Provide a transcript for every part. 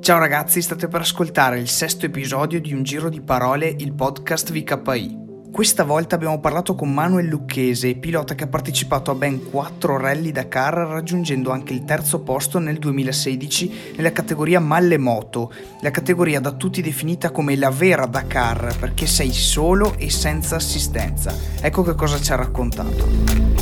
Ciao ragazzi, state per ascoltare il sesto episodio di Un Giro di Parole, il podcast VKI. Questa volta abbiamo parlato con Manuel Lucchese, pilota che ha partecipato a ben 4 rally Dakar, raggiungendo anche il terzo posto nel 2016 nella categoria Malle Moto, la categoria da tutti definita come la vera Dakar, perché sei solo e senza assistenza. Ecco che cosa ci ha raccontato.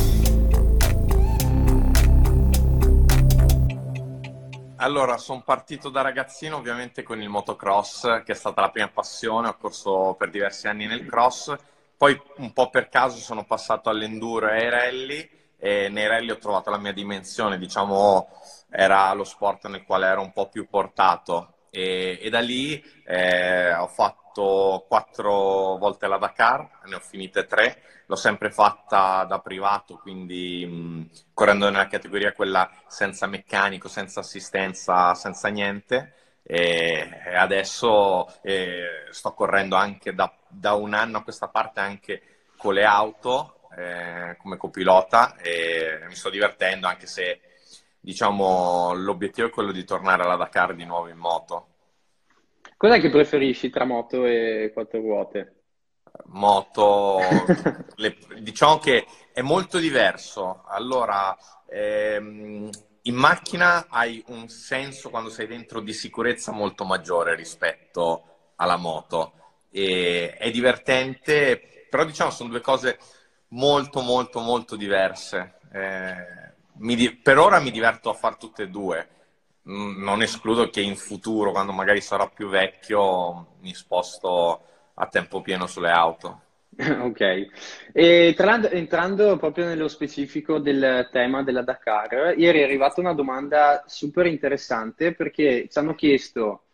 Allora, sono partito da ragazzino ovviamente con il motocross, che è stata la prima passione, ho corso per diversi anni nel cross, poi un po' per caso sono passato all'enduro e ai rally, e nei rally ho trovato la mia dimensione, diciamo era lo sport nel quale ero un po' più portato e da lì ho fatto 4 volte la Dakar, ne ho finite 3. L'ho sempre fatta da privato, quindi correndo nella categoria quella senza meccanico, senza assistenza, senza niente. E adesso sto correndo anche da un anno a questa parte anche con le auto come copilota e mi sto divertendo, anche se diciamo l'obiettivo è quello di tornare alla Dakar di nuovo in moto. Cos'è che preferisci tra moto e quattro ruote? Moto, diciamo che è molto diverso. Allora, in macchina hai un senso quando sei dentro di sicurezza molto maggiore rispetto alla moto. E è divertente, però diciamo sono due cose molto molto molto diverse. Per ora mi diverto a far tutte e due. Non escludo che in futuro, quando magari sarò più vecchio, mi sposto a tempo pieno sulle auto. Ok, e entrando proprio nello specifico del tema della Dakar, ieri è arrivata una domanda super interessante perché ci hanno chiesto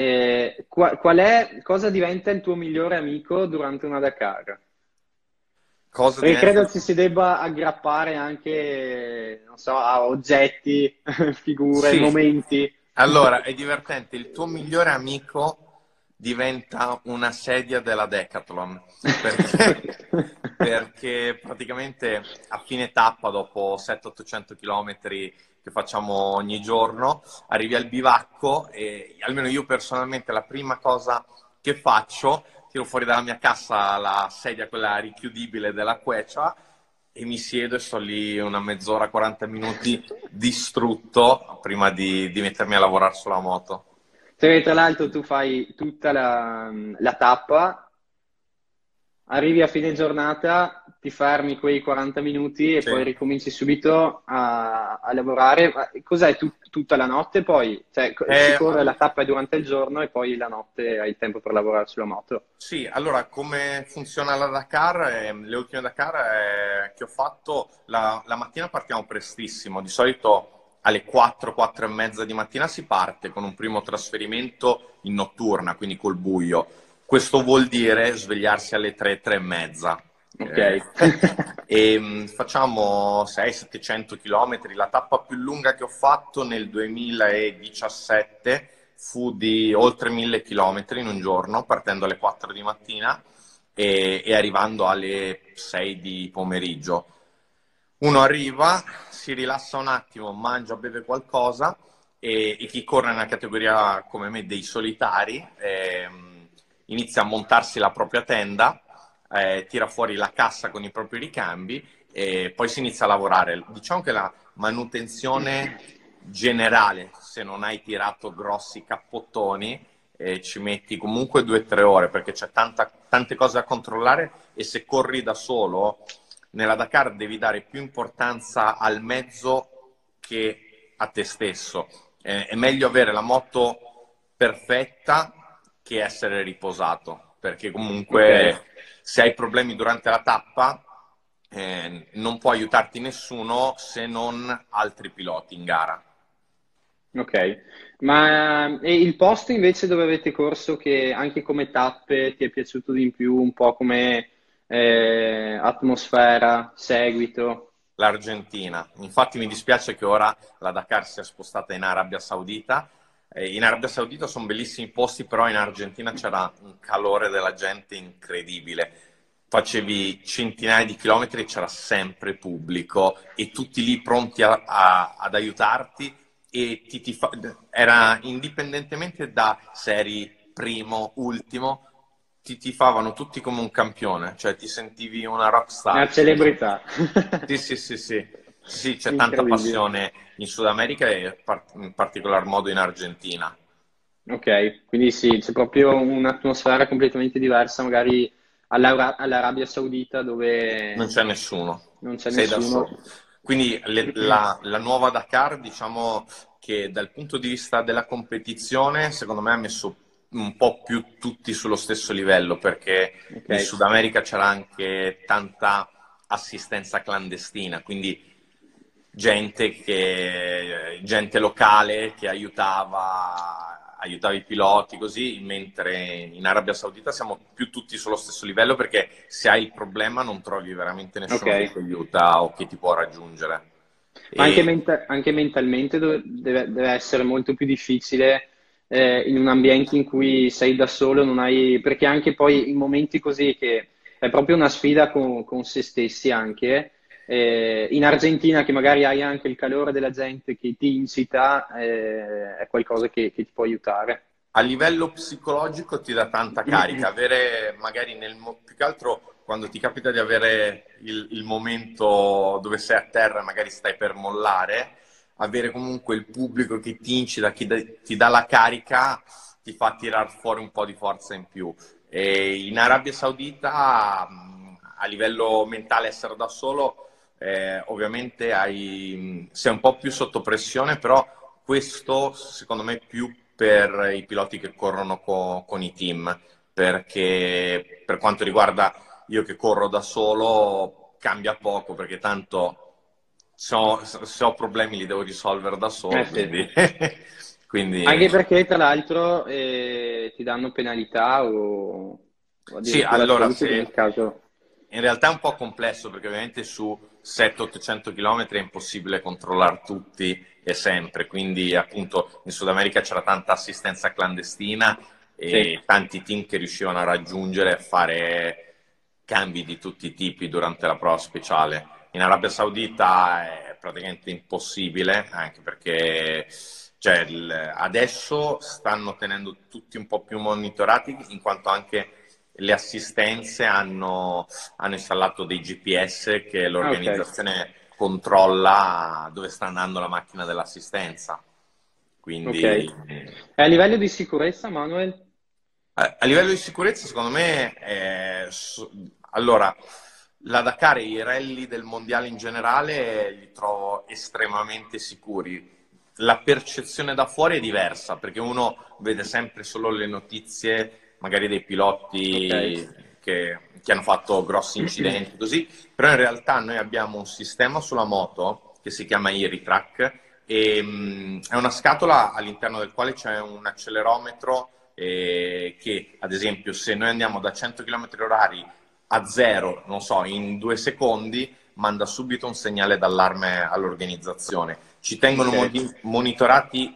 cosa diventa il tuo migliore amico durante una Dakar? Cosa Perché diventa? credo ci si debba aggrappare anche, non so, a oggetti, figure, Sì, momenti. allora è divertente. Il tuo migliore amico diventa una sedia della Decathlon perché praticamente a fine tappa, dopo 700-800 km che facciamo ogni giorno, arrivi al bivacco e almeno io personalmente la prima cosa che faccio, tiro fuori dalla mia cassa la sedia, quella richiudibile della Quechua, e mi siedo e sto lì una mezz'ora, 40 minuti distrutto prima di mettermi a lavorare sulla moto. Cioè, tra l'altro tu fai tutta la tappa, arrivi a fine giornata, ti fermi quei 40 minuti e Sì. poi ricominci subito a lavorare. Ma cos'è tutta la notte poi? Cioè, si Eh, corre la tappa durante il giorno e poi la notte hai tempo per lavorare sulla moto. Sì, allora come funziona la Dakar? Le ultime Dakar che ho fatto, la mattina partiamo prestissimo, di solito alle 4, 4 e mezza di mattina si parte con un primo trasferimento in notturna, quindi col buio. Questo vuol dire svegliarsi alle 3, 3 e mezza. Ok. Facciamo 600-700 km. La tappa più lunga che ho fatto nel 2017 fu di oltre 1000 km in un giorno, partendo alle 4 di mattina e arrivando alle 6 di pomeriggio. Uno arriva, si rilassa un attimo, mangia, beve qualcosa e chi corre nella categoria come me dei solitari inizia a montarsi la propria tenda, tira fuori la cassa con i propri ricambi e poi si inizia a lavorare. Diciamo che la manutenzione generale, se non hai tirato grossi cappottoni, ci metti comunque 2 o 3 ore perché c'è tante cose da controllare e se corri da solo nella Dakar devi dare più importanza al mezzo che a te stesso. È meglio avere la moto perfetta che essere riposato, perché Ok. comunque se hai problemi durante la tappa non può aiutarti nessuno se non altri piloti in gara. Ok, ma e il posto invece dove avete corso che anche come tappe ti è piaciuto di più, un po' come atmosfera, seguito? L'Argentina. Infatti mi dispiace che ora la Dakar sia spostata in Arabia Saudita. In Arabia Saudita sono bellissimi posti, però in Argentina c'era un calore della gente incredibile. Facevi centinaia di chilometri e c'era sempre pubblico e tutti lì pronti ad aiutarti e era indipendentemente da se eri primo, ultimo, ti tifavano tutti come un campione, cioè ti sentivi una Una rockstar. celebrità. Sì, sì, sì, sì. Sì, c'è tanta Incredibile. passione in Sud America e in particolar modo in Argentina. Ok, quindi sì, c'è proprio un'atmosfera completamente diversa, magari all'Arabia Saudita Non dove c'è nessuno, non c'è sei da nessuno. solo. Quindi la nuova Dakar, diciamo che dal punto di vista della competizione, secondo me ha messo un po' più tutti sullo stesso livello, perché Ok, in Sud America c'era anche tanta assistenza clandestina, quindi gente locale che aiutava i piloti così, mentre in Arabia Saudita siamo più tutti sullo stesso livello perché se hai il problema non trovi veramente ok. nessuno che ti aiuta o che ti può raggiungere. Ma anche, E anche mentalmente deve essere molto più difficile in un ambiente in cui sei da solo, non hai, perché anche poi in momenti così che è proprio una sfida con se stessi anche, in Argentina che magari hai anche il calore della gente che ti incita, è qualcosa che ti può aiutare. a livello psicologico ti dà tanta carica, avere magari più che altro quando ti capita di avere il momento dove sei a terra e magari stai per mollare, avere comunque il pubblico che ti incita, ti dà la carica, ti fa tirar fuori un po' di forza in più. E in Arabia Saudita, a livello mentale, essere da solo, ovviamente sei un po' più sotto pressione, però questo secondo me più per i piloti che corrono con i team, perché per quanto riguarda io che corro da solo cambia poco, perché tanto se ho problemi li devo risolvere da Eh solo, sì. quindi, quindi Anche perché tra l'altro ti danno penalità o sì, addirittura allora soldi nel se caso. in realtà è un po' complesso perché ovviamente su 700-800 km è impossibile controllare tutti e sempre, quindi appunto in Sud America c'era tanta assistenza clandestina Sì. e tanti team che riuscivano a raggiungere e fare cambi di tutti i tipi durante la prova speciale. In Arabia Saudita è praticamente impossibile, anche perché cioè, adesso stanno tenendo tutti un po' più monitorati, in quanto anche le assistenze hanno installato dei GPS che Ah, ok. l'organizzazione controlla dove sta andando la macchina dell'assistenza. Ok. Quindi E a livello di sicurezza, Manuel? a livello di sicurezza, secondo me, allora, la Dakar e i rally del mondiale in generale li trovo estremamente sicuri. La percezione da fuori è diversa, perché uno vede sempre solo le notizie, magari dei Ok. piloti che hanno fatto grossi incidenti, così, però in realtà noi abbiamo un sistema sulla moto che si chiama Iritrack e è una scatola all'interno del quale c'è un accelerometro che ad esempio se noi andiamo da 100 km orari a zero, non so, in 2 secondi, manda subito un segnale d'allarme all'organizzazione. Ci tengono Ok. monitorati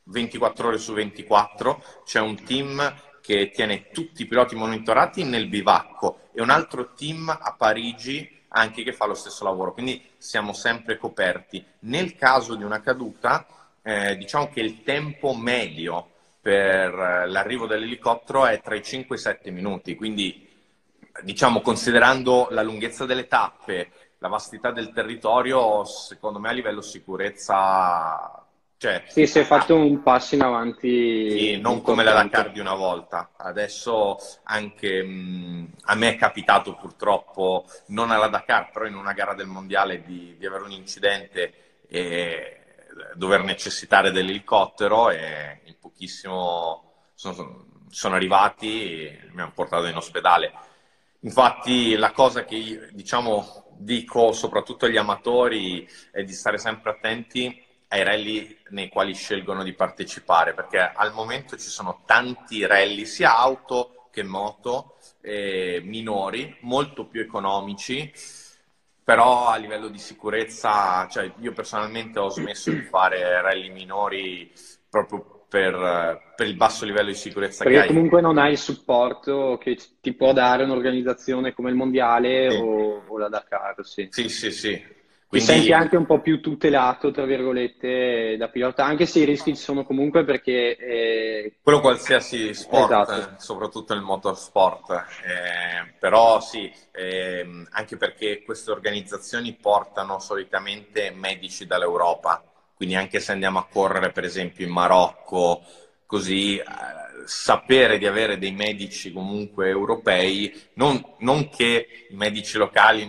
24 ore su 24, c'è un team che tiene tutti i piloti monitorati nel bivacco e un altro team a Parigi anche che fa lo stesso lavoro, quindi siamo sempre coperti. Nel caso di una caduta, diciamo che il tempo medio per l'arrivo dell'elicottero è tra i 5 e i 7 minuti, quindi diciamo considerando la lunghezza delle tappe, la vastità del territorio, secondo me a livello sicurezza, cioè, Sì, si è fatto un passo in sì, avanti non come la Dakar importante. di una volta. Adesso anche a me è capitato purtroppo, non alla Dakar, però in una gara del mondiale di avere un incidente e dover necessitare dell'elicottero e in pochissimo sono arrivati e mi hanno portato in ospedale. Infatti la cosa che io, diciamo, dico soprattutto agli amatori è di stare sempre attenti ai rally nei quali scelgono di partecipare, perché al momento ci sono tanti rally, sia auto che moto, minori, molto più economici, però a livello di sicurezza, cioè io personalmente ho smesso di fare rally minori proprio per il basso livello di sicurezza che Perché hai. comunque non hai il supporto che ti può dare un'organizzazione come il Mondiale Sì. o la Dakar, sì. Sì, sì, sì. Ti senti Quindi anche un po' più tutelato, tra virgolette, da pilota, anche se i rischi ci sono comunque perché... quello qualsiasi esatto. sport, soprattutto il motorsport, però sì, anche perché queste organizzazioni portano solitamente medici dall'Europa, quindi anche se andiamo a correre per esempio in Marocco, così sapere di avere dei medici comunque europei, non che i medici locali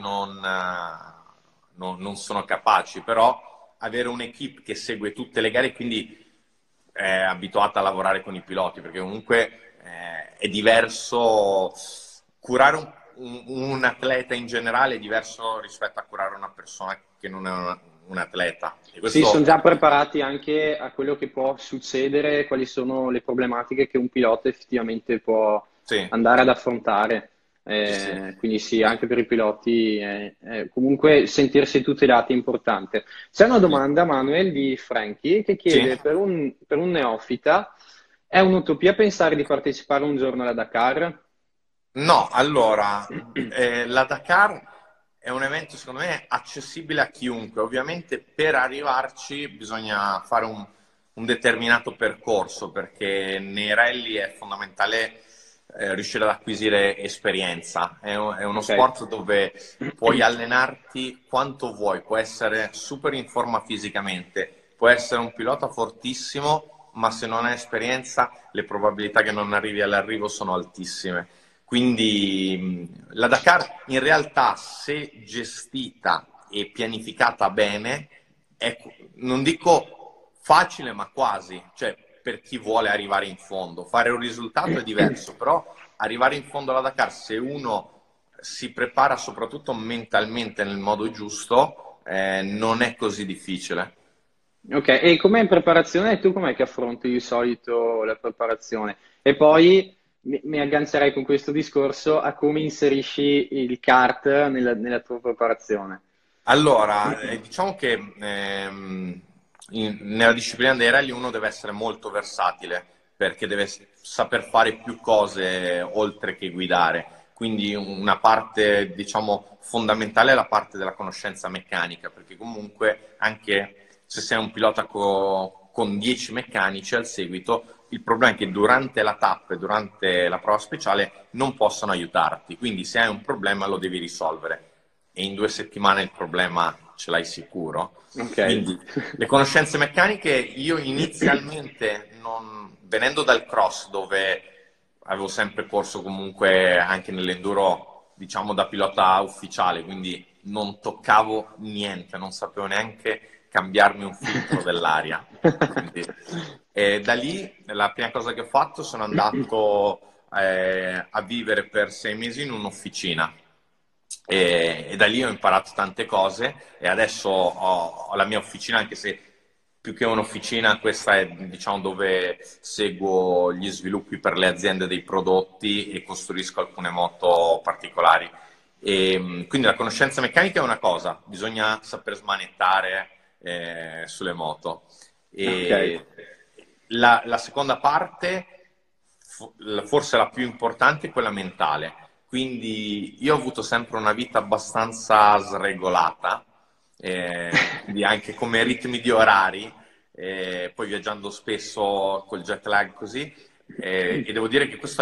non sono capaci, però avere un'equipe che segue tutte le gare, quindi è abituata a lavorare con i piloti, perché comunque è diverso curare un atleta in generale è diverso rispetto a curare una persona che non è un atleta. E Sì, sono questo già preparati anche a quello che può succedere, quali sono le problematiche che un pilota effettivamente può sì, andare ad affrontare. sì, sì. Quindi sì, anche per i piloti comunque sentirsi tutelati è importante. C'è una domanda, Manuel, di Frankie, che Sì. chiede per un neofita, è un'utopia pensare di partecipare un giorno alla Dakar? No, allora, la Dakar è un evento secondo me accessibile a chiunque. Ovviamente per arrivarci bisogna fare un determinato percorso perché nei rally è fondamentale riuscire ad acquisire esperienza. È uno Ok. sport dove puoi allenarti quanto vuoi, puoi essere super in forma fisicamente, puoi essere un pilota fortissimo, ma se non hai esperienza le probabilità che non arrivi all'arrivo sono altissime. Quindi la Dakar in realtà, se gestita e pianificata bene, è, non dico facile, ma quasi, cioè per chi vuole arrivare in fondo. Fare un risultato è diverso, però arrivare in fondo alla Dakar, se uno si prepara soprattutto mentalmente nel modo giusto, non è così difficile. Ok, e come in preparazione, tu com'è che affronti di solito la preparazione? E poi mi aggancerei con questo discorso a come inserisci il kart nella tua preparazione. Allora, diciamo che nella disciplina dei rally uno deve essere molto versatile perché deve saper fare più cose oltre che guidare. Quindi una parte, diciamo, fondamentale è la parte della conoscenza meccanica, perché comunque anche se sei un pilota con 10 meccanici al seguito, il problema è che durante la tappa e durante la prova speciale non possono aiutarti. Quindi se hai un problema lo devi risolvere e in 2 settimane il problema ce l'hai sicuro. Ok. Quindi le conoscenze meccaniche io inizialmente, venendo dal cross dove avevo sempre corso comunque anche nell'enduro, diciamo da pilota ufficiale, quindi non toccavo niente, non sapevo neanche cambiarmi un filtro dell'aria. Quindi, da lì la prima cosa che ho fatto sono andato a vivere per 6 mesi in un'officina e da lì ho imparato tante cose e adesso ho la mia officina, anche se più che un'officina, questa è diciamo dove seguo gli sviluppi per le aziende dei prodotti e costruisco alcune moto particolari. Quindi la conoscenza meccanica è una cosa, bisogna saper smanettare sulle moto. Ok. E la seconda parte, forse la più importante, è quella mentale. Quindi io ho avuto sempre una vita abbastanza sregolata, quindi anche come ritmi di orari, poi viaggiando spesso col jet lag così, e devo dire che questo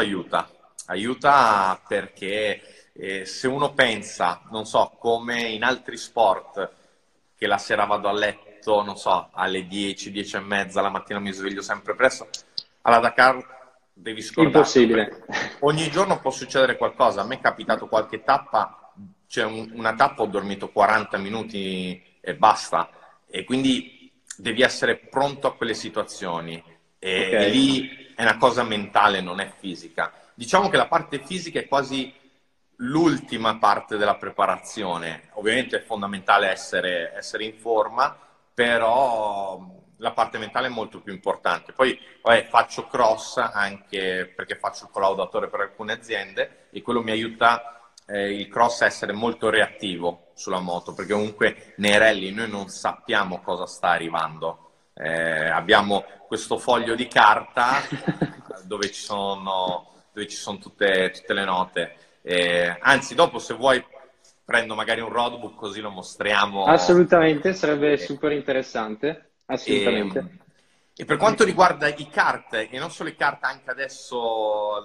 aiuta perché se uno pensa, non so, come in altri sport, che la sera vado a letto, non so, alle 10, 10 e mezza, la mattina mi sveglio sempre presto, alla Dakar devi scordartelo, perché Impossibile. ogni giorno può succedere qualcosa. A me è capitato qualche tappa, cioè una tappa ho dormito 40 minuti e basta, e quindi devi essere pronto a quelle situazioni, Ok. e lì è una cosa mentale, non è fisica. Diciamo che la parte fisica è quasi l'ultima parte della preparazione. Ovviamente è fondamentale essere in forma, però la parte mentale è molto più importante. Poi vabbè, faccio cross anche perché faccio il collaudatore per alcune aziende e quello mi aiuta il cross a essere molto reattivo sulla moto, perché comunque nei rally noi non sappiamo cosa sta arrivando. Abbiamo questo foglio di carta dove ci sono tutte le note. Anzi, dopo, se vuoi, prendo magari un roadbook così lo mostriamo. Assolutamente, sarebbe super interessante, E, assolutamente. e per quanto riguarda i kart, e non solo i kart, anche adesso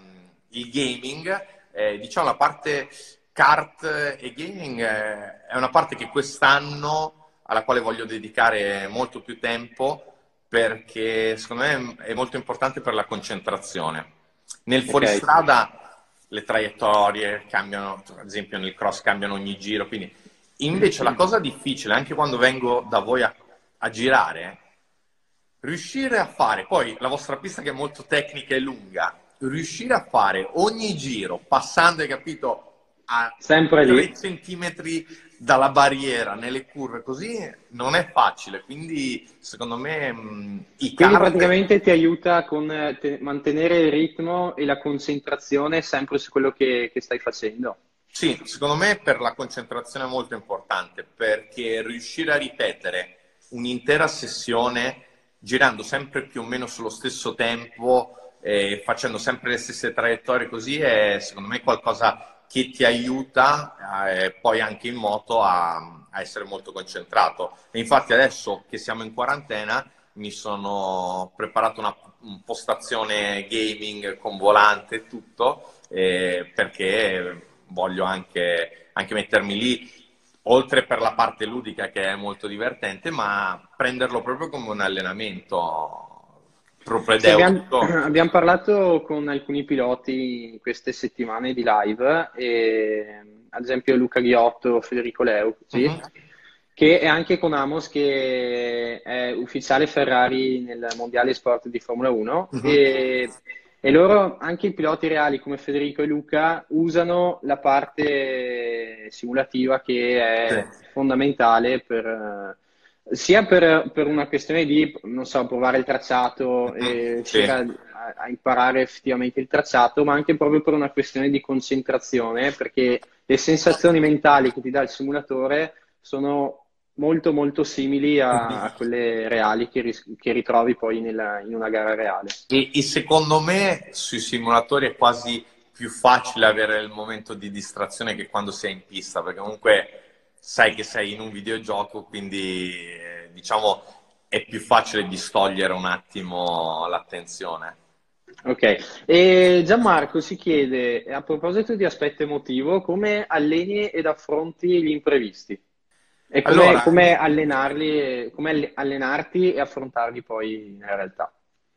il gaming, diciamo la parte kart e gaming è una parte che quest'anno alla quale voglio dedicare molto più tempo perché secondo me è molto importante per la concentrazione. Nel Ok, fuoristrada le traiettorie cambiano, ad esempio nel cross cambiano ogni giro, quindi invece la cosa difficile, anche quando vengo da voi a girare, riuscire a fare, poi la vostra pista che è molto tecnica e lunga, riuscire a fare ogni giro passando, hai capito, a sempre 3 lì. centimetri dalla barriera nelle curve, così non è facile. Quindi secondo me i Quindi kart. praticamente ti aiuta con mantenere il ritmo e la concentrazione sempre su quello che stai facendo. Sì, secondo me per la concentrazione è molto importante perché riuscire a ripetere un'intera sessione girando sempre più o meno sullo stesso tempo e facendo sempre le stesse traiettorie così è secondo me qualcosa che ti aiuta poi anche in moto a essere molto concentrato. E infatti adesso che siamo in quarantena mi sono preparato una postazione gaming con volante e tutto perché voglio anche mettermi lì, oltre per la parte ludica che è molto divertente, ma prenderlo proprio come un allenamento Sì, propedeutico. abbiamo parlato con alcuni piloti in queste settimane di live, ad esempio Luca Ghiotto, Federico Leu, sì, Mhm, che è anche con Amos, che è ufficiale Ferrari nel Mondiale Sport di Formula 1, mhm. e loro, anche i piloti reali come Federico e Luca, usano la parte simulativa che Sì. è fondamentale sia per una questione di, non so, provare il tracciato Mhm, e sì. riuscire a imparare effettivamente il tracciato, ma anche proprio per una questione di concentrazione, perché le sensazioni mentali che ti dà il simulatore sono molto molto simili a Mhm. quelle reali che ritrovi poi in una gara reale. E secondo me sui simulatori è quasi più facile avere il momento di distrazione che quando sei in pista, perché comunque sai che sei in un videogioco, quindi diciamo è più facile distogliere un attimo l'attenzione. Ok, e Gianmarco si chiede, a proposito di aspetto emotivo, come alleni ed affronti gli imprevisti? E come, Allora, come allenarli, come allenarti e affrontarli poi in realtà?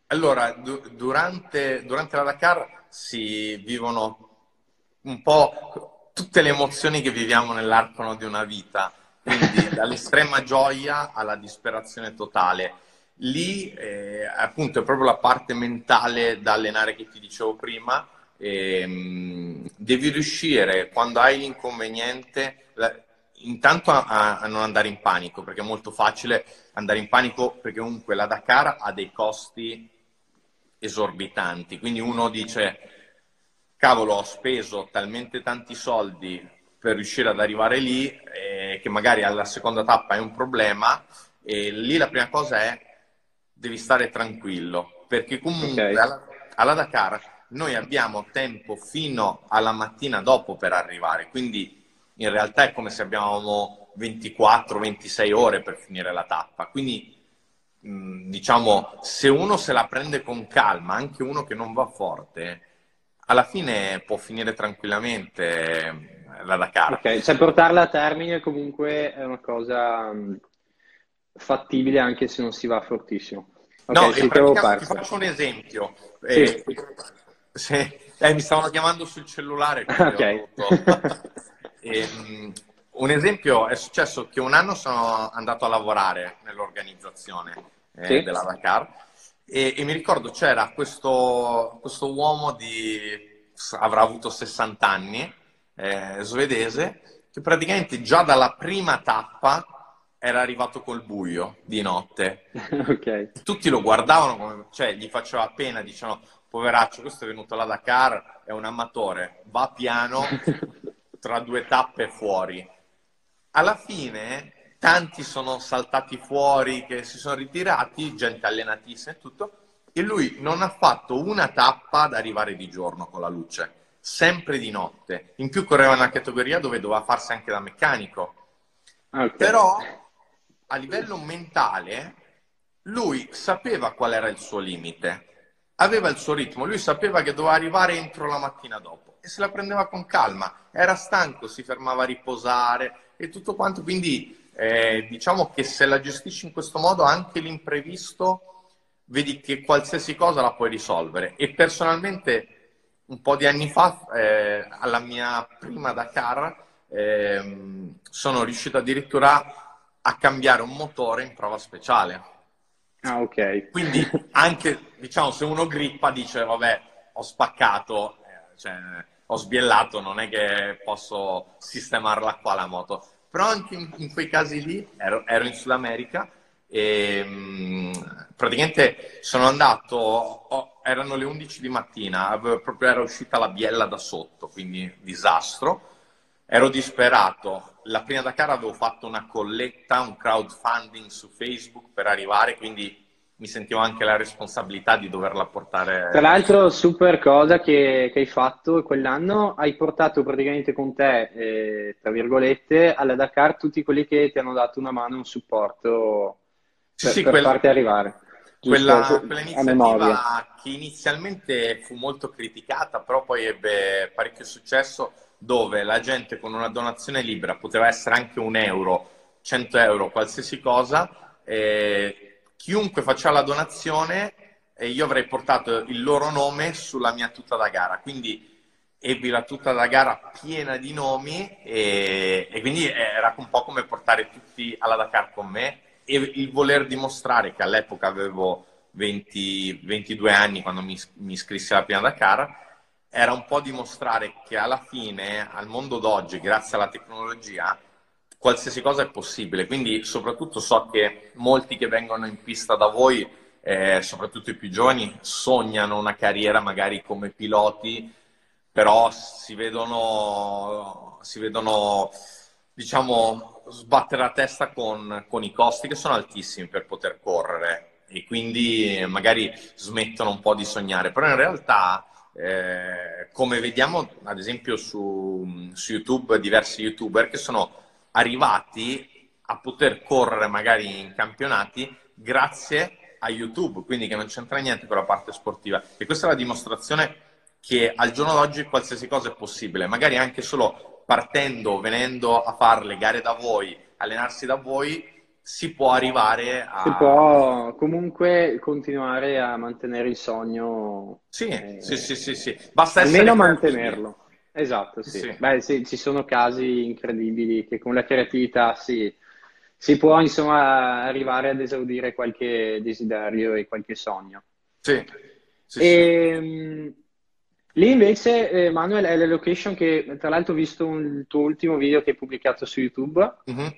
durante la Dakar si vivono un po' tutte le emozioni che viviamo nell'arco di una vita, quindi dall'estrema gioia alla disperazione totale. Lì, appunto, è proprio la parte mentale da allenare che ti dicevo prima. Devi riuscire, quando hai l'inconveniente, intanto a non andare in panico, perché è molto facile andare in panico perché comunque la Dakar ha dei costi esorbitanti, quindi uno dice, cavolo, ho speso talmente tanti soldi per riuscire ad arrivare lì, che magari alla seconda tappa è un problema, e lì la prima cosa è, devi stare tranquillo, perché Ok, comunque alla Dakar noi abbiamo tempo fino alla mattina dopo per arrivare, quindi in realtà è come se abbiamo 24-26 ore per finire la tappa, quindi diciamo, se uno se la prende con calma, anche uno che non va forte, alla fine può finire tranquillamente la Dakar. ok, cioè portarla a termine comunque è una cosa fattibile anche se non si va fortissimo. No, Ok, in sì, ti avevo pratica ti perso. faccio un esempio. Sì, Mi stavano chiamando sul cellulare, quindi ok. ho dovuto. Un esempio è successo che un anno sono andato a lavorare nell'organizzazione Sì, della Dakar e mi ricordo c'era questo uomo avrà avuto 60 anni, svedese, che praticamente già dalla prima tappa era arrivato col buio di notte. ok. Tutti lo guardavano come, cioè gli faceva pena, dicevano, poveraccio, questo è venuto là da Dakar, è un amatore, va piano, tra 2 tappe fuori. Alla fine tanti sono saltati fuori, che si sono ritirati, gente allenatissima e tutto, e lui non ha fatto una tappa ad arrivare di giorno con la luce. sempre di notte. In più correva in una categoria dove doveva farsi anche da meccanico. Ok. Però a livello mentale lui sapeva qual era il suo limite, aveva il suo ritmo, lui sapeva che doveva arrivare entro la mattina dopo e se la prendeva con calma, era stanco, si fermava a riposare e tutto quanto, quindi diciamo che se la gestisci in questo modo anche l'imprevisto vedi che qualsiasi cosa la puoi risolvere. E personalmente un po' di anni fa, alla mia prima Dakar, sono riuscito addirittura a cambiare un motore in prova speciale. Ah, ok. Quindi anche, diciamo, se uno grippa dice, vabbè, ho spaccato, cioè, ho sbiellato, non è che posso sistemarla qua la moto. Però anche in quei casi lì, ero in Sud America e praticamente sono andato, erano le 11 di mattina, era uscita la biella da sotto, quindi disastro. Ero disperato. La prima Dakar avevo fatto una colletta, un crowdfunding su Facebook per arrivare, quindi mi sentivo anche la responsabilità di doverla Tra portare. l'altro, super cosa che hai fatto quell'anno, hai portato praticamente con te, tra virgolette, alla Dakar tutti quelli che ti hanno dato una mano, un supporto Sì, sì, per farti arrivare, giusto? quella A memoria. iniziativa che inizialmente fu molto criticata, però poi ebbe parecchio successo, dove la gente con una donazione libera, poteva essere anche 1 euro, 100 euro, qualsiasi cosa, chiunque faceva la donazione, io avrei portato il loro nome sulla mia tuta da gara. Quindi ebbi la tuta da gara piena di nomi e quindi era un po' come portare tutti alla Dakar con me e il voler dimostrare che all'epoca avevo 22 anni quando mi iscrissi alla prima Dakar, era un po' dimostrare che alla fine, al mondo d'oggi, grazie alla tecnologia, qualsiasi cosa è possibile. Quindi soprattutto so che molti che vengono in pista da voi, soprattutto i più giovani, sognano una carriera magari come piloti, però si vedono, diciamo, sbattere la testa con i costi che sono altissimi per poter correre e quindi magari smettono un po' di sognare. Però in realtà, come vediamo ad esempio su YouTube, diversi YouTuber che sono arrivati a poter correre magari in campionati grazie a YouTube, quindi che non c'entra niente con la parte sportiva. E questa è la dimostrazione che al giorno d'oggi qualsiasi cosa è possibile, magari anche solo partendo, venendo a fare le gare da voi, allenarsi da voi, si può arrivare Si a... può comunque continuare a mantenere il sogno, Sì, sì, eh, sì, sì, sì. Basta essere almeno creativi. mantenerlo. Esatto, Sì, sì. sì. Beh, sì, ci sono casi incredibili che con la creatività si può, insomma, arrivare ad esaudire qualche desiderio e qualche sogno. Sì, sì, sì. E, lì invece, Manuel, è la location che tra l'altro ho visto il tuo ultimo video che hai pubblicato su YouTube, Mhm.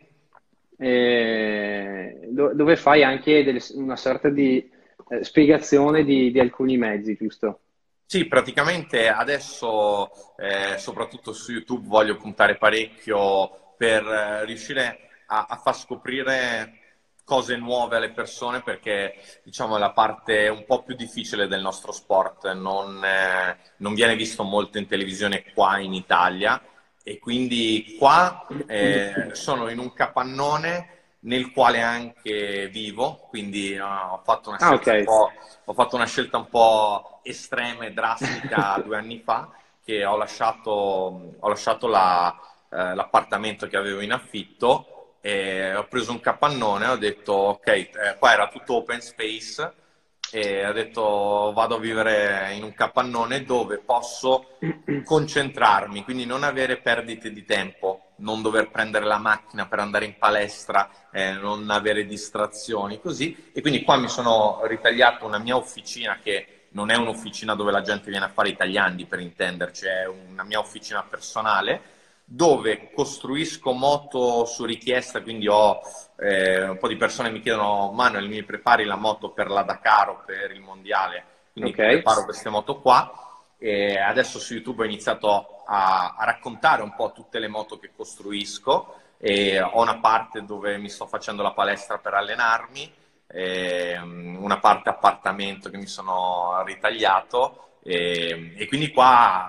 dove fai anche una sorta di spiegazione di alcuni mezzi, giusto? Sì, praticamente adesso, soprattutto su YouTube, voglio puntare parecchio per riuscire a far scoprire cose nuove alle persone, perché diciamo è la parte un po' più difficile del nostro sport, non viene visto molto in televisione qua in Italia e quindi qua sono in un capannone nel quale anche vivo, quindi Ah, ok. ho fatto una scelta un po' estrema e drastica 2 anni fa, che ho lasciato l'appartamento che avevo in affitto e ho preso un capannone, ho detto ok, qua era tutto open space e ho detto vado a vivere in un capannone dove posso concentrarmi, quindi non avere perdite di tempo, non dover prendere la macchina per andare in palestra, non avere distrazioni, così. E quindi qua mi sono ritagliato una mia officina che non è un'officina dove la gente viene a fare i tagliandi, per intenderci, è una mia officina personale dove costruisco moto su richiesta, quindi ho un po' di persone che mi chiedono Manuel, mi prepari la moto per la Dakar o per il mondiale, quindi Ok. preparo queste moto qua e adesso su YouTube ho iniziato a raccontare un po' tutte le moto che costruisco e ho una parte dove mi sto facendo la palestra per allenarmi, una parte appartamento che mi sono ritagliato e quindi qua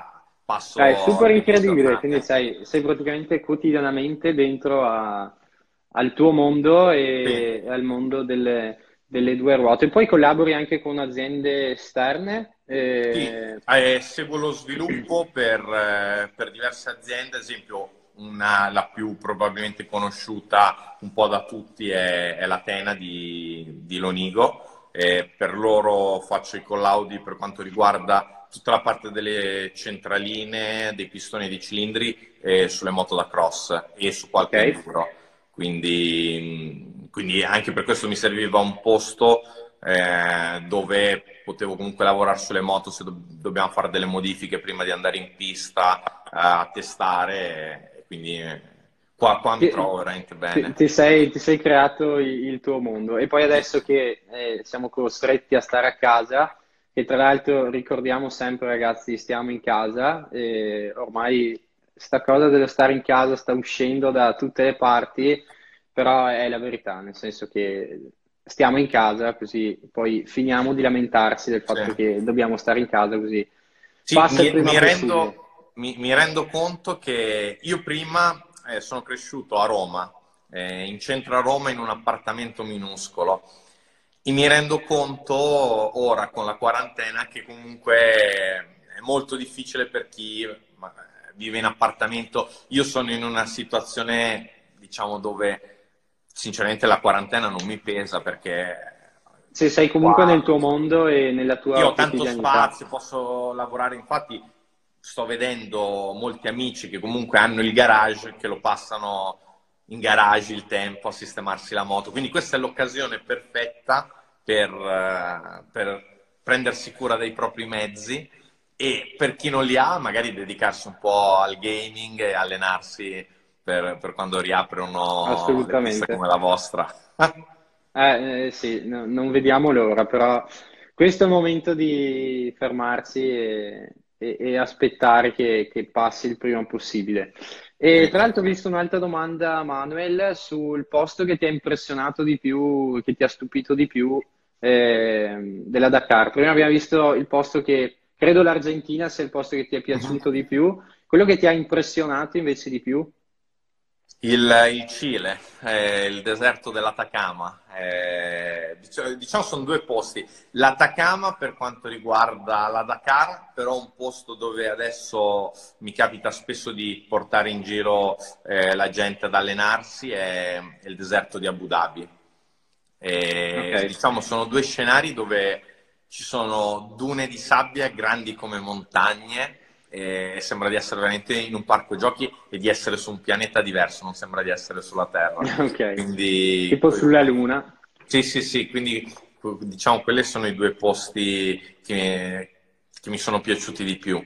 passo È super le mie incredibile, quindi giornate. sei praticamente quotidianamente dentro al tuo mondo Sì. e al mondo delle due ruote. Poi collabori anche con aziende esterne. Sì, seguo lo sviluppo per diverse aziende, ad esempio la più probabilmente conosciuta un po' da tutti è l'Atena di Lonigo. Per loro faccio i collaudi per quanto riguarda tutta la parte delle centraline, dei pistoni e dei cilindri sulle moto da cross e su Ok? qualche enduro. Quindi anche per questo mi serviva un posto dove potevo comunque lavorare sulle moto se dobbiamo fare delle modifiche prima di andare in pista a testare. Quindi qua mi Ti, trovo veramente bene. ti sei creato il tuo mondo e poi Sì, adesso che siamo costretti a stare a casa, e tra l'altro ricordiamo sempre ragazzi, stiamo in casa, e ormai sta cosa dello stare in casa sta uscendo da tutte le parti, però è la verità, nel senso che stiamo in casa così poi finiamo di lamentarsi del sì. fatto che dobbiamo stare in casa così Sì, passa il prima possibile. mi rendo conto che io prima sono cresciuto a Roma, in centro a Roma, in un appartamento minuscolo. E mi rendo conto ora con la quarantena che comunque è molto difficile per chi vive in appartamento. Io sono in una situazione, diciamo, dove sinceramente la quarantena non mi pesa perché Se sei comunque nel qua tuo mondo e nella io tua ho tanto quotidianità. spazio, posso lavorare, infatti sto vedendo molti amici che comunque hanno il garage, che lo passano in garage il tempo a sistemarsi la moto, quindi questa è l'occasione perfetta per prendersi cura dei propri mezzi e per chi non li ha magari dedicarsi un po' al gaming e allenarsi per quando riaprono le piste Assolutamente. come la vostra. Sì, non vediamo l'ora, però questo è il momento di fermarsi e aspettare che passi il prima possibile. E tra l'altro ho visto un'altra domanda, Manuel, sul posto che ti ha impressionato di più, che ti ha stupito di più della Dakar. Prima abbiamo visto il posto che credo l'Argentina sia il posto che ti è piaciuto di più, quello che ti ha impressionato invece di più. Il Cile, il deserto dell'Atacama, diciamo sono due posti. L'Atacama per quanto riguarda la Dakar, però un posto dove adesso mi capita spesso di portare in giro la gente ad allenarsi è il deserto di Abu Dhabi. Ok. Diciamo sono due scenari dove ci sono dune di sabbia grandi come montagne e sembra di essere veramente in un parco giochi e di essere su un pianeta diverso, non sembra di essere sulla Terra. Ok, Quindi, tipo sulla Luna. sì, sì, sì, quindi diciamo quelli sono i due posti che mi sono piaciuti di più.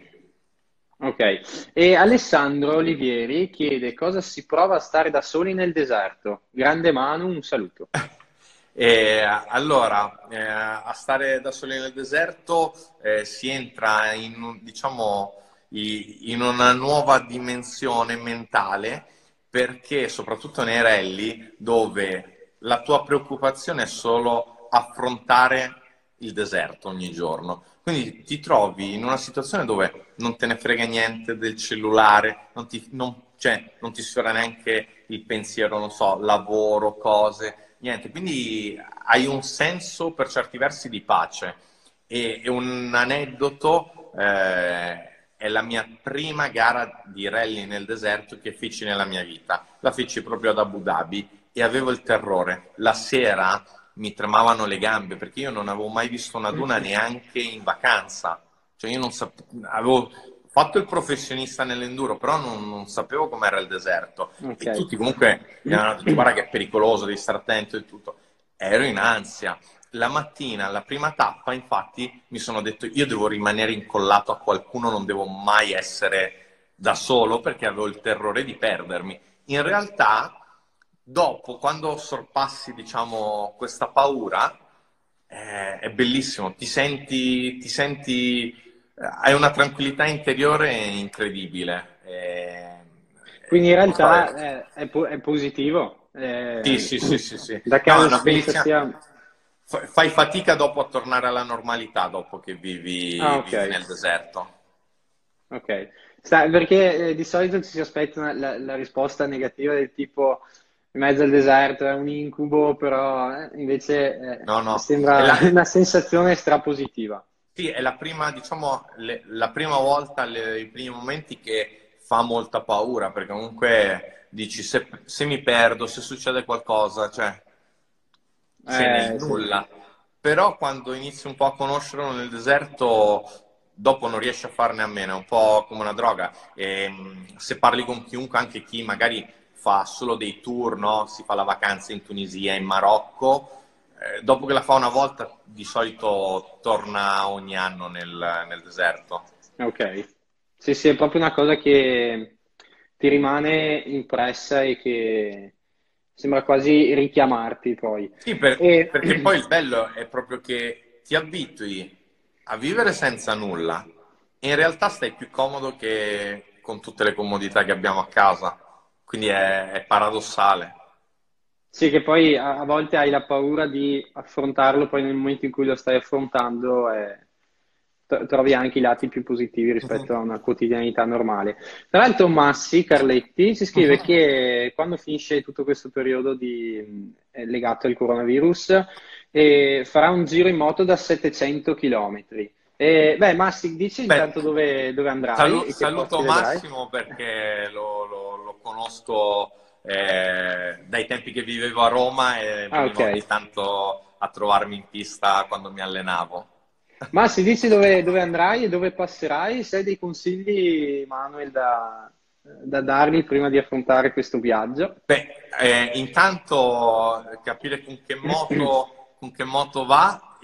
Ok, e Alessandro Olivieri chiede cosa si prova a stare da soli nel deserto. Grande Manu, un saluto. Allora, a stare da soli nel deserto si entra diciamo, in una nuova dimensione mentale perché soprattutto nei rally dove la tua preoccupazione è solo affrontare il deserto ogni giorno. Quindi ti trovi in una situazione dove non te ne frega niente del cellulare, cioè, non ti sfiora neanche il pensiero, non so, lavoro, cose, niente. Quindi hai un senso per certi versi di pace. E un aneddoto, è la mia prima gara di rally nel deserto che feci nella mia vita. La feci proprio ad Abu Dhabi e avevo il terrore. La sera mi tremavano le gambe perché io non avevo mai visto una duna neanche in vacanza. Cioè io non avevo fatto il professionista nell'enduro, però non sapevo com'era il deserto. Ok. E tutti comunque mi hanno detto guarda che è pericoloso, devi stare attento e tutto. Ero in ansia. La mattina, alla prima tappa, infatti, mi sono detto io devo rimanere incollato a qualcuno, non devo mai essere da solo perché avevo il terrore di perdermi. In realtà, dopo, quando sorpassi, diciamo, questa paura, è bellissimo, hai una tranquillità interiore incredibile. Quindi in Non so, realtà è positivo. sì, sì, sì, sì, sì. Da No, è casa una penso bellissima. sia... Fai fatica dopo a tornare alla normalità dopo che Ah, vivi ok. nel deserto. Ok. Perché di solito ci si aspetta la risposta negativa del tipo in mezzo al deserto è un incubo, però invece No, no, sembra una sensazione strapositiva. sì, è la prima, diciamo, la prima volta, i primi momenti che fa molta paura, perché comunque dici se mi perdo, se succede qualcosa, cioè sei nel Sì. nulla. Però quando inizi un po' a conoscerlo nel deserto, dopo non riesci a farne a meno, è un po' come una droga. E, se parli con chiunque, anche chi magari fa solo dei tour, no? Si fa la vacanza in Tunisia, in Marocco, dopo che la fa una volta, di solito torna ogni anno nel deserto. Ok. Sì, sì, è proprio una cosa che ti rimane impressa e che sembra quasi richiamarti poi. Sì, E perché poi il bello è proprio che ti abitui a vivere senza nulla e in realtà stai più comodo che con tutte le comodità che abbiamo a casa. Quindi è paradossale. sì, che poi a volte hai la paura di affrontarlo, poi nel momento in cui lo stai affrontando trovi anche i lati più positivi rispetto a Mhm. una quotidianità normale. Tra l'altro Massi Carletti ci scrive Mhm. che quando finisce tutto questo periodo legato al coronavirus farà un giro in moto da 700 km. Beh, Massi, dici Beh, intanto dove andrai e che saluto posti vedrai? Massimo perché lo conosco dai tempi che vivevo a Roma e Ah, veniva ogni ok. tanto a trovarmi in pista quando mi allenavo. Ma se dici dove andrai e dove passerai, se hai dei consigli, Manuel, da darmi prima di affrontare questo viaggio? Beh, intanto capire con che moto va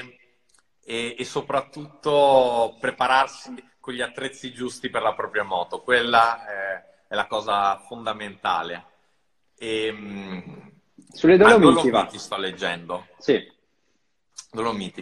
e soprattutto prepararsi con gli attrezzi giusti per la propria moto. Quella è la cosa fondamentale. E, Sulle Dolomiti va. Dolomiti sto leggendo. Sì. Dolomiti.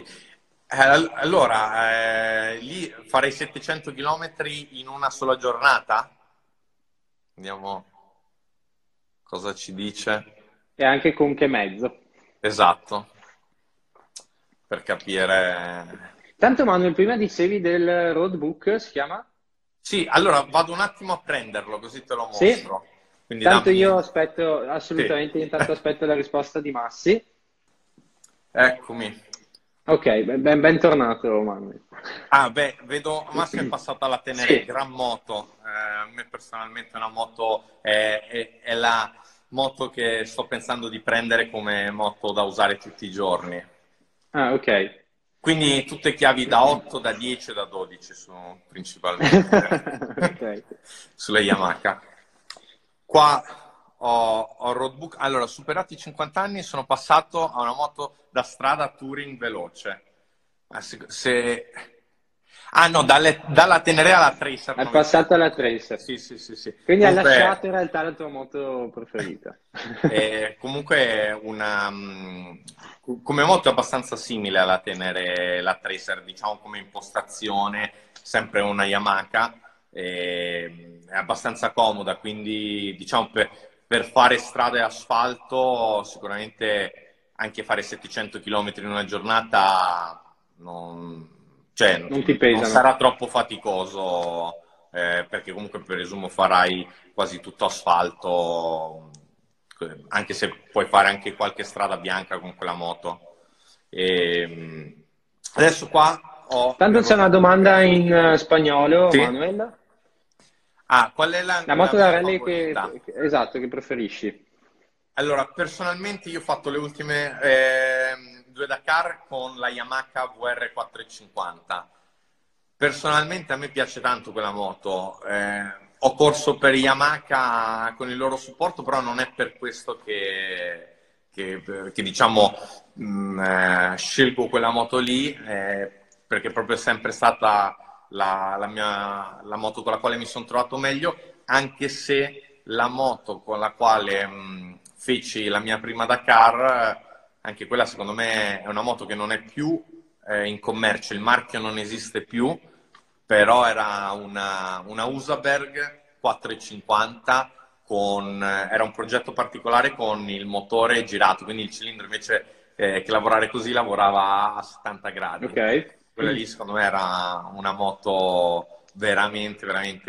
Lì farei 700 km in una sola giornata? Vediamo cosa ci dice. E anche con che mezzo. Esatto, per capire. Tanto, Manuel, prima dicevi del roadbook, si chiama? Sì, allora vado un attimo a prenderlo così te lo Sì. mostro. Quindi Tanto io dammi. aspetto, Sì. assolutamente, intanto aspetto la risposta di Massi. Eccomi. Ok, bentornato, Manuel. Ah, beh, vedo Massimo è passato alla Tenere, Sì. gran moto. A me personalmente è una moto, è la moto che sto pensando di prendere come moto da usare tutti i giorni. Ah, ok. Quindi tutte chiavi da 8, da 10 e da 12 sono principalmente Ok. sulle Yamaha. Qua ho il roadbook. Allora, superati i 50 anni sono passato a una moto da strada touring veloce. Ah no, dalla Tenere alla Tracer È passato 900. alla Sì, Tracer. sì, sì, sì, sì. Quindi hai lasciato in Comunque, realtà la tua moto preferita. comunque come moto è abbastanza simile alla Tenere, la Tracer, diciamo come impostazione, sempre una Yamaha, è abbastanza comoda, quindi diciamo per fare strada e asfalto sicuramente anche fare 700 km in una giornata non, cioè, Non ti non pesano. sarà troppo faticoso, perché comunque presumo farai quasi tutto asfalto, anche se puoi fare anche qualche strada bianca con quella moto. Adesso qua ho Tanto il c'è una roadbook. domanda in spagnolo, Sì? Manuel. Ah, qual è La la moto da mia rally favorita? esatto, che preferisci? Allora, personalmente io ho fatto le ultime due Dakar con la Yamaha VR450. Personalmente a me piace tanto quella moto. Ho corso per Yamaha con il loro supporto, però non è per questo che, diciamo scelgo quella moto lì, perché proprio è sempre stata la moto con la quale mi sono trovato meglio, anche se la moto con la quale feci la mia prima Dakar, anche quella secondo me è una moto che non è più in commercio, il marchio non esiste più, però era una Usaberg 450 era un progetto particolare con il motore girato, quindi il cilindro invece che lavorare così lavorava a 70 Ok. gradi. Quella lì secondo me era una moto veramente, veramente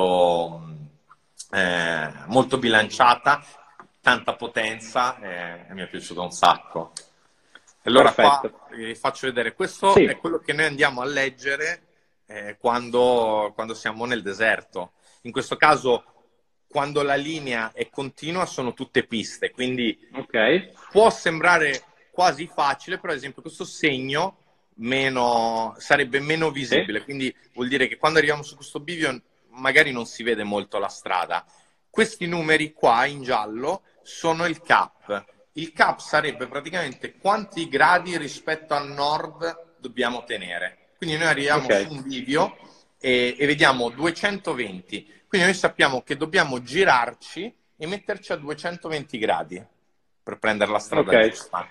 molto bilanciata, tanta potenza, e mi è piaciuto un sacco. Allora Perfetto. qua vi faccio vedere, questo è Sì, quello che noi andiamo a leggere quando siamo nel deserto. In questo caso, quando la linea è continua, sono tutte piste, quindi ok. può sembrare quasi facile, però ad esempio questo segno sarebbe meno Sì, visibile, quindi vuol dire che quando arriviamo su questo bivio magari non si vede molto la strada. Questi numeri qua in giallo sono il cap. Il cap sarebbe praticamente quanti gradi rispetto al nord dobbiamo tenere. Quindi noi arriviamo ok, su un bivio e vediamo 220. Quindi noi sappiamo che dobbiamo girarci e metterci a 220 gradi per prendere la ok. strada giusta.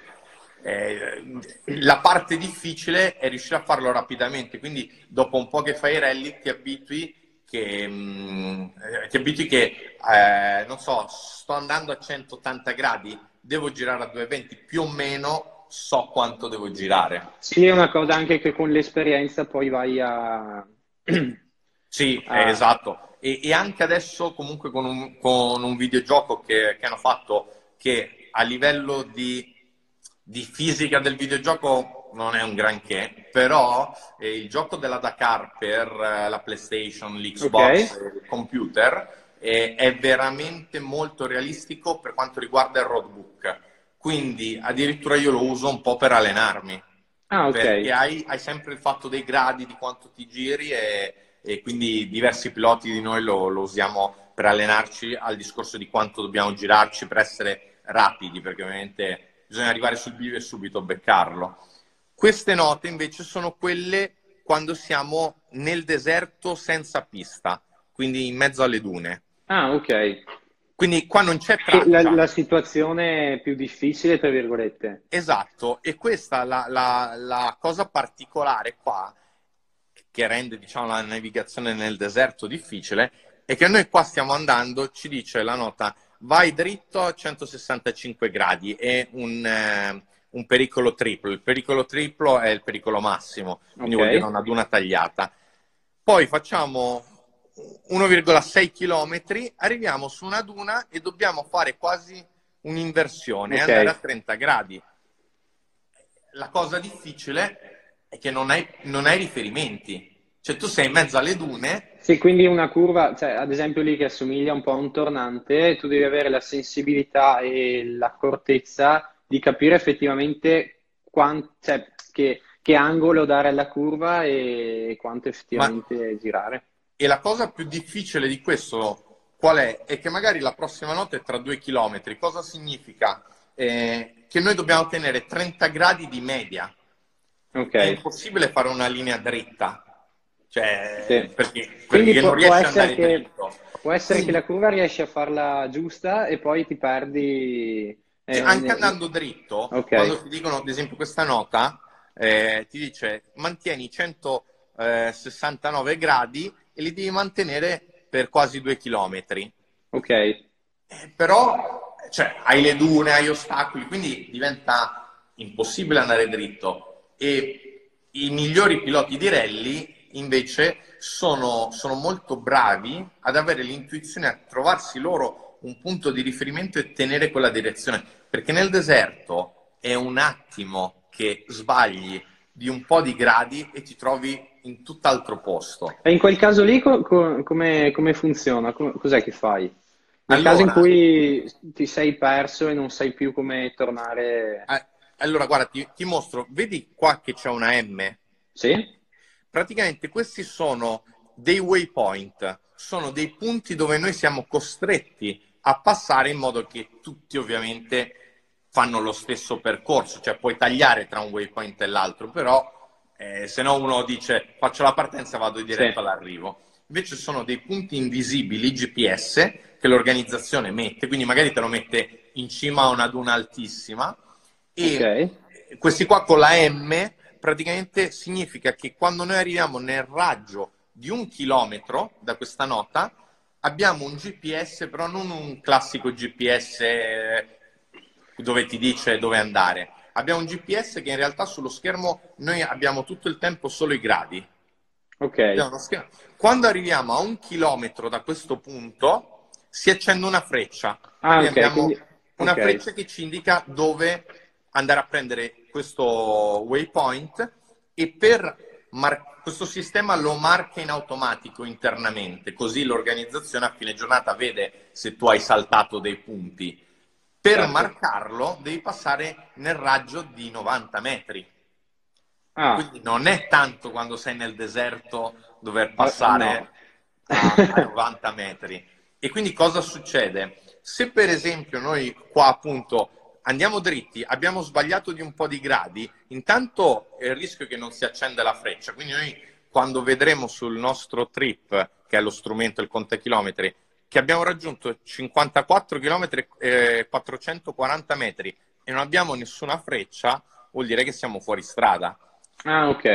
La parte difficile è riuscire a farlo rapidamente, quindi dopo un po' che fai i rally ti abitui che non so, sto andando a 180 gradi, devo girare a 220, più o meno so quanto devo girare. Sì, è una cosa anche che con l'esperienza poi vai a... Sì, a... esatto. E anche adesso comunque con un videogioco che hanno fatto che a livello di fisica del videogioco non è un granché, però il gioco della Dakar per la PlayStation, Ok? l'Xbox, il computer è veramente molto realistico per quanto riguarda il roadbook. Quindi addirittura io lo uso un po' per allenarmi Ah, ok. perché hai sempre il fatto dei gradi, di quanto ti giri e quindi diversi piloti di noi lo usiamo per allenarci al discorso di quanto dobbiamo girarci per essere rapidi, perché ovviamente bisogna arrivare sul bivio e subito beccarlo. Queste note invece sono quelle quando siamo nel deserto senza pista, quindi in mezzo alle dune. Ah, ok. Quindi qua non c'è Che la traccia. situazione più difficile, tra virgolette. Esatto, e questa la cosa particolare qua, che rende, diciamo, la navigazione nel deserto difficile, è che noi qua stiamo andando, ci dice la nota, vai dritto a 165 gradi, è un pericolo triplo. Il pericolo triplo è il pericolo massimo, quindi Ok? vuol dire una duna tagliata. Poi facciamo 1,6 km, arriviamo su una duna e dobbiamo fare quasi un'inversione e Ok. andare a 30 gradi. La cosa difficile è che non hai riferimenti. Cioè tu sei in mezzo alle dune. Sì, quindi una curva, cioè ad esempio lì che assomiglia un po' a un tornante, tu devi avere la sensibilità e l'accortezza di capire effettivamente cioè, che angolo dare alla curva e quanto Ma effettivamente girare. e la cosa più difficile di questo qual è? È che magari la prossima notte è tra 2 chilometri. Cosa significa? Che noi dobbiamo tenere 30 gradi di media. Ok, È impossibile fare una linea dritta, cioè, sì. Quindi perché non riesci ad andare dritto. può essere che Quindi la curva riesci a farla giusta e poi ti perdi. anche andando dritto, quando Ok, ti dicono, ad esempio, questa nota, ti dice mantieni 169 gradi e li devi mantenere per quasi 2 chilometri. ok. Però cioè, hai le dune, hai ostacoli, quindi diventa impossibile andare dritto. E i migliori piloti di rally invece sono molto bravi ad avere l'intuizione, a trovarsi loro un punto di riferimento e tenere quella direzione. Perché nel deserto è un attimo che sbagli di un po' di gradi e ti trovi in tutt'altro posto. E in quel caso lì come funziona? Cos'è che fai? Nel caso in Allora, cui ti sei perso e non sai più come tornare. allora guarda, ti mostro, vedi qua che c'è una M? Sì? Praticamente questi sono dei waypoint, sono dei punti dove noi siamo costretti a passare in modo che tutti ovviamente fanno lo stesso percorso, cioè puoi tagliare tra un waypoint e l'altro, però se no uno dice faccio la partenza e vado Sì. diretto all'arrivo. Invece sono dei punti invisibili GPS che l'organizzazione mette, quindi magari te lo mette in cima a una duna altissima Ok. e questi qua con la M praticamente significa che quando noi arriviamo nel raggio di 1 chilometro da questa nota abbiamo un GPS, però non un classico GPS dove ti dice dove andare. Abbiamo un GPS che in realtà sullo schermo noi abbiamo tutto il tempo solo i gradi. Ok. Quando arriviamo a 1 chilometro da questo punto, si accende una freccia. Ah, Quindi ok, abbiamo quindi... una Ok. freccia che ci indica dove andare a prendere questo waypoint e questo sistema lo marca in automatico internamente, così l'organizzazione a fine giornata vede se tu hai saltato dei punti. Per Certo. marcarlo devi passare nel raggio di 90 metri. Ah, Quindi non è tanto quando sei nel deserto dover passare no. a 90 metri. E quindi cosa succede? Se per esempio noi qua appunto andiamo dritti, abbiamo sbagliato di un po' di gradi, intanto è il rischio che non si accenda la freccia. Quindi noi quando vedremo sul nostro trip, che è lo strumento, il contachilometri, che abbiamo raggiunto 54 km e 440 metri e non abbiamo nessuna freccia, vuol dire che siamo fuori strada. Ah, ok.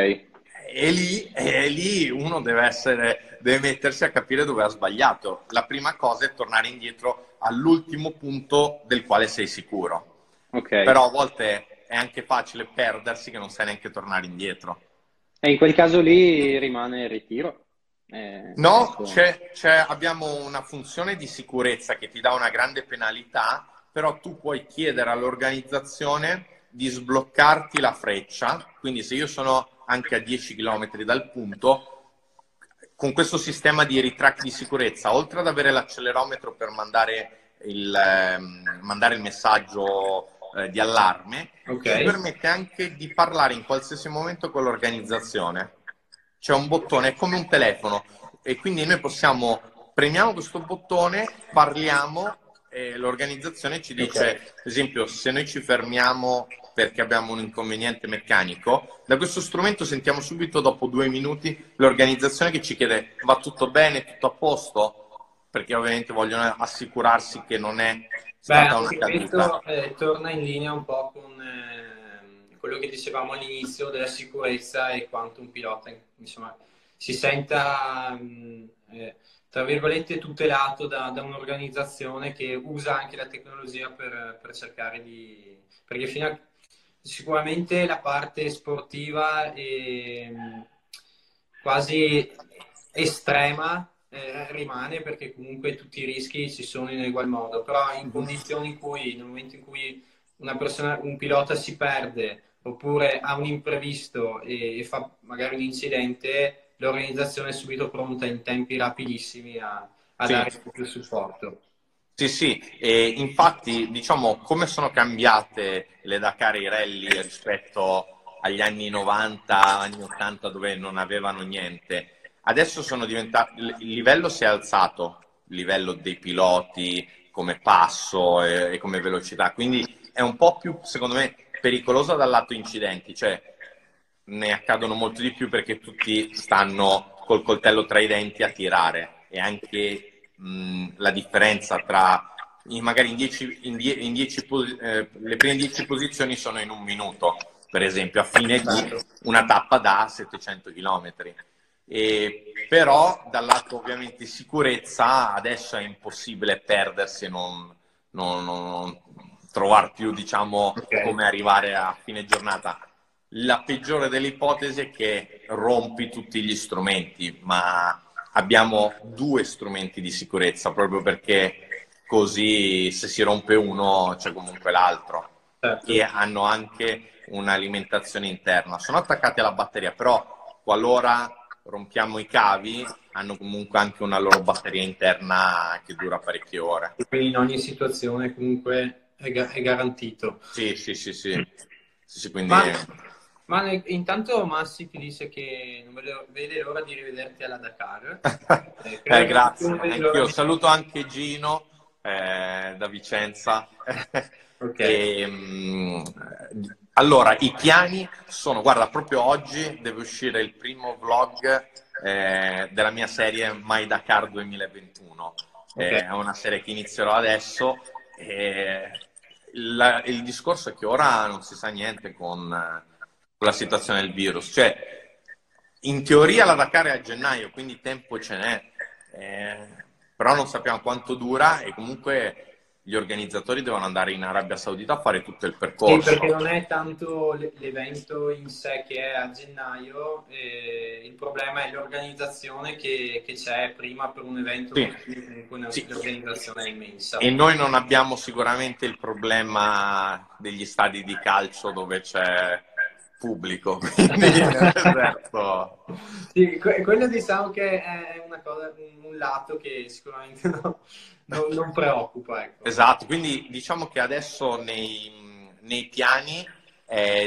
E lì uno deve mettersi a capire dove ha sbagliato. La prima cosa è tornare indietro all'ultimo punto del quale sei sicuro. Ok. Però a volte è anche facile perdersi che non sai neanche tornare indietro. E in quel caso lì rimane il ritiro. Nel No, senso... abbiamo una funzione di sicurezza che ti dà una grande penalità, però tu puoi chiedere all'organizzazione di sbloccarti la freccia, quindi se io sono anche a 10 km dal punto, con questo sistema di retract di sicurezza, oltre ad avere l'accelerometro per mandare il messaggio di allarme, Ok. ci permette anche di parlare in qualsiasi momento con l'organizzazione. C'è un bottone, è come un telefono, e quindi noi premiamo questo bottone, parliamo e l'organizzazione ci Ok. dice, per esempio, se noi ci fermiamo perché abbiamo un inconveniente meccanico, da questo strumento sentiamo subito dopo 2 minuti l'organizzazione che ci chiede va tutto bene, tutto a posto, perché ovviamente vogliono assicurarsi che non è Beh, stata una anche caduta. questo torna in linea un po' con quello che dicevamo all'inizio della sicurezza e quanto un pilota, insomma, si senta, tra virgolette, tutelato da un'organizzazione che usa anche la tecnologia per cercare di... Perché sicuramente la parte sportiva è quasi estrema rimane perché comunque tutti i rischi ci sono in egual modo, però in condizioni in cui, nel momento in cui una persona, un pilota si perde oppure ha un imprevisto e fa magari un incidente, l'organizzazione è subito pronta in tempi rapidissimi a Sì. dare tutto il supporto. Sì, sì, e infatti diciamo come sono cambiate le Dakar e i rally rispetto agli anni 90, anni 80 dove non avevano niente. Adesso sono diventati, il livello si è alzato, il livello dei piloti come passo e come velocità, quindi è un po' più, secondo me, pericolosa dal lato incidenti, cioè ne accadono molto di più perché tutti stanno col coltello tra i denti a tirare e anche la differenza tra magari le prime 10 posizioni sono in un minuto, per esempio, a fine di una tappa da 700 km. Però dal lato ovviamente sicurezza adesso è impossibile perdersi e non trovare più, diciamo, Ok. come arrivare a fine giornata. La peggiore delle ipotesi è che rompi tutti gli strumenti, ma abbiamo 2 strumenti di sicurezza proprio perché così se si rompe uno c'è comunque l'altro Certo. e hanno anche un'alimentazione interna. Sono attaccati alla batteria, però qualora rompiamo i cavi hanno comunque anche una loro batteria interna che dura parecchie ore. E quindi in ogni situazione comunque è garantito. Sì, sì, sì, sì. Sì, sì, quindi... Ma, intanto Massi ti dice che non vede l'ora di rivederti alla Dakar. Credo che tu Grazie, non vedi l'ora anch'io di... saluto anche Gino da Vicenza. Ok, Allora, i piani sono, guarda, proprio oggi deve uscire il primo vlog della mia serie My Dakar 2021. ok. È una serie che inizierò adesso. Il discorso è che ora non si sa niente con la situazione del virus. Cioè, in teoria la Dakar è a gennaio, quindi tempo ce n'è, però non sappiamo quanto dura e comunque gli organizzatori devono andare in Arabia Saudita a fare tutto il Sì, percorso. perché non è tanto l'evento in sé che è a gennaio, il problema è l'organizzazione che c'è prima per un evento Sì, così, comunque sì. l'organizzazione è immensa. E noi non abbiamo sicuramente il problema degli stadi di calcio dove c'è pubblico, quindi certo. Sì, quello diciamo che è una cosa, un lato che sicuramente non preoccupa, ecco. Esatto, quindi diciamo che adesso nei piani è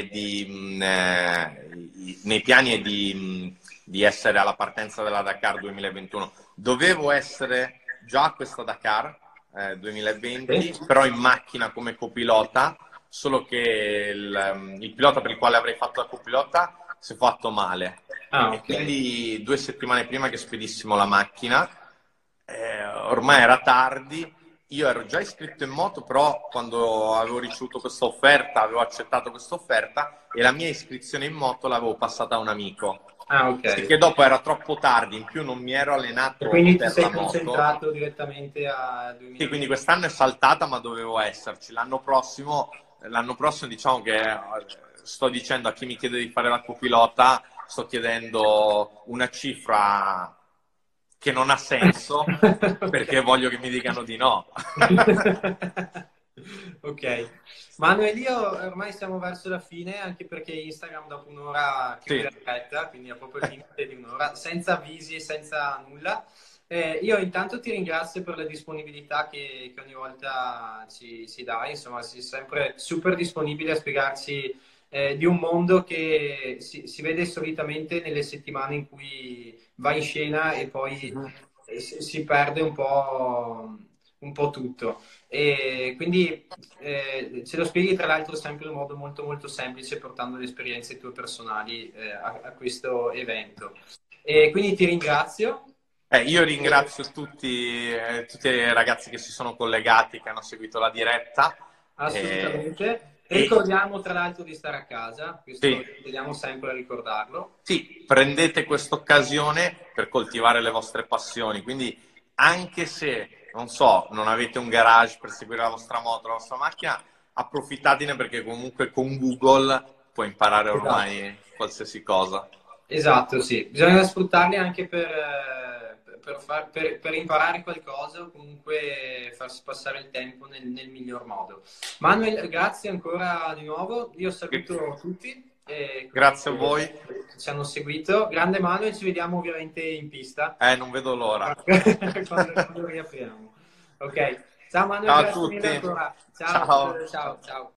di essere alla partenza della Dakar 2021. Dovevo essere già a questa Dakar 2020, Sì. però in macchina come copilota, solo che il pilota per il quale avrei fatto la copilota si è fatto male. Ah, E ok. quindi 2 settimane prima che spedissimo la macchina, ormai era tardi, io ero già iscritto in moto, però quando avevo ricevuto questa offerta, avevo accettato questa offerta e la mia iscrizione in moto l'avevo passata a un amico. Ah, ok. Sì, che dopo era troppo tardi, in più non mi ero E allenato quindi ti per sei la moto. concentrato direttamente a Sì, 2000. quindi quest'anno è saltata, ma dovevo esserci. L'anno prossimo diciamo che sto dicendo a chi mi chiede di fare la copilota, sto chiedendo una cifra che non ha senso perché voglio che mi dicano di no. Ok, Manuel, io ormai siamo verso la fine, anche perché Instagram dopo un'ora chiude la Sì. diretta, quindi ha proprio il limite di un'ora, senza avvisi e senza nulla. Io intanto ti ringrazio per la disponibilità che ogni volta ci dai, insomma, sei sempre super disponibile a spiegarci di un mondo che si vede solitamente nelle settimane in cui va in scena e poi si perde un po' tutto. E quindi ce lo spieghi tra l'altro sempre in modo molto molto semplice, portando le esperienze tue personali a questo evento. E quindi ti ringrazio. Io ringrazio tutti i ragazzi che si sono collegati, che hanno seguito la diretta. Assolutamente. E Ricordiamo tra l'altro di stare a casa, questo sì, teniamo sempre a ricordarlo. sì, prendete questa occasione per coltivare le vostre passioni. Quindi, anche se, non so, non avete un garage per seguire la vostra moto, la vostra macchina, approfittatene perché comunque con Google puoi imparare Esatto. ormai qualsiasi cosa. Esatto, sì. Bisogna sfruttarli anche per imparare qualcosa o comunque farsi passare il tempo nel miglior modo. Manuel, grazie ancora di nuovo. Io saluto tutti Grazie a voi. che ci hanno seguito. Grande Manuel, ci vediamo ovviamente in pista Non vedo l'ora. quando riapriamo. Ok. Ciao Manuel, Ciao a grazie mille tutti. ancora. Ciao, Ciao. ciao, ciao.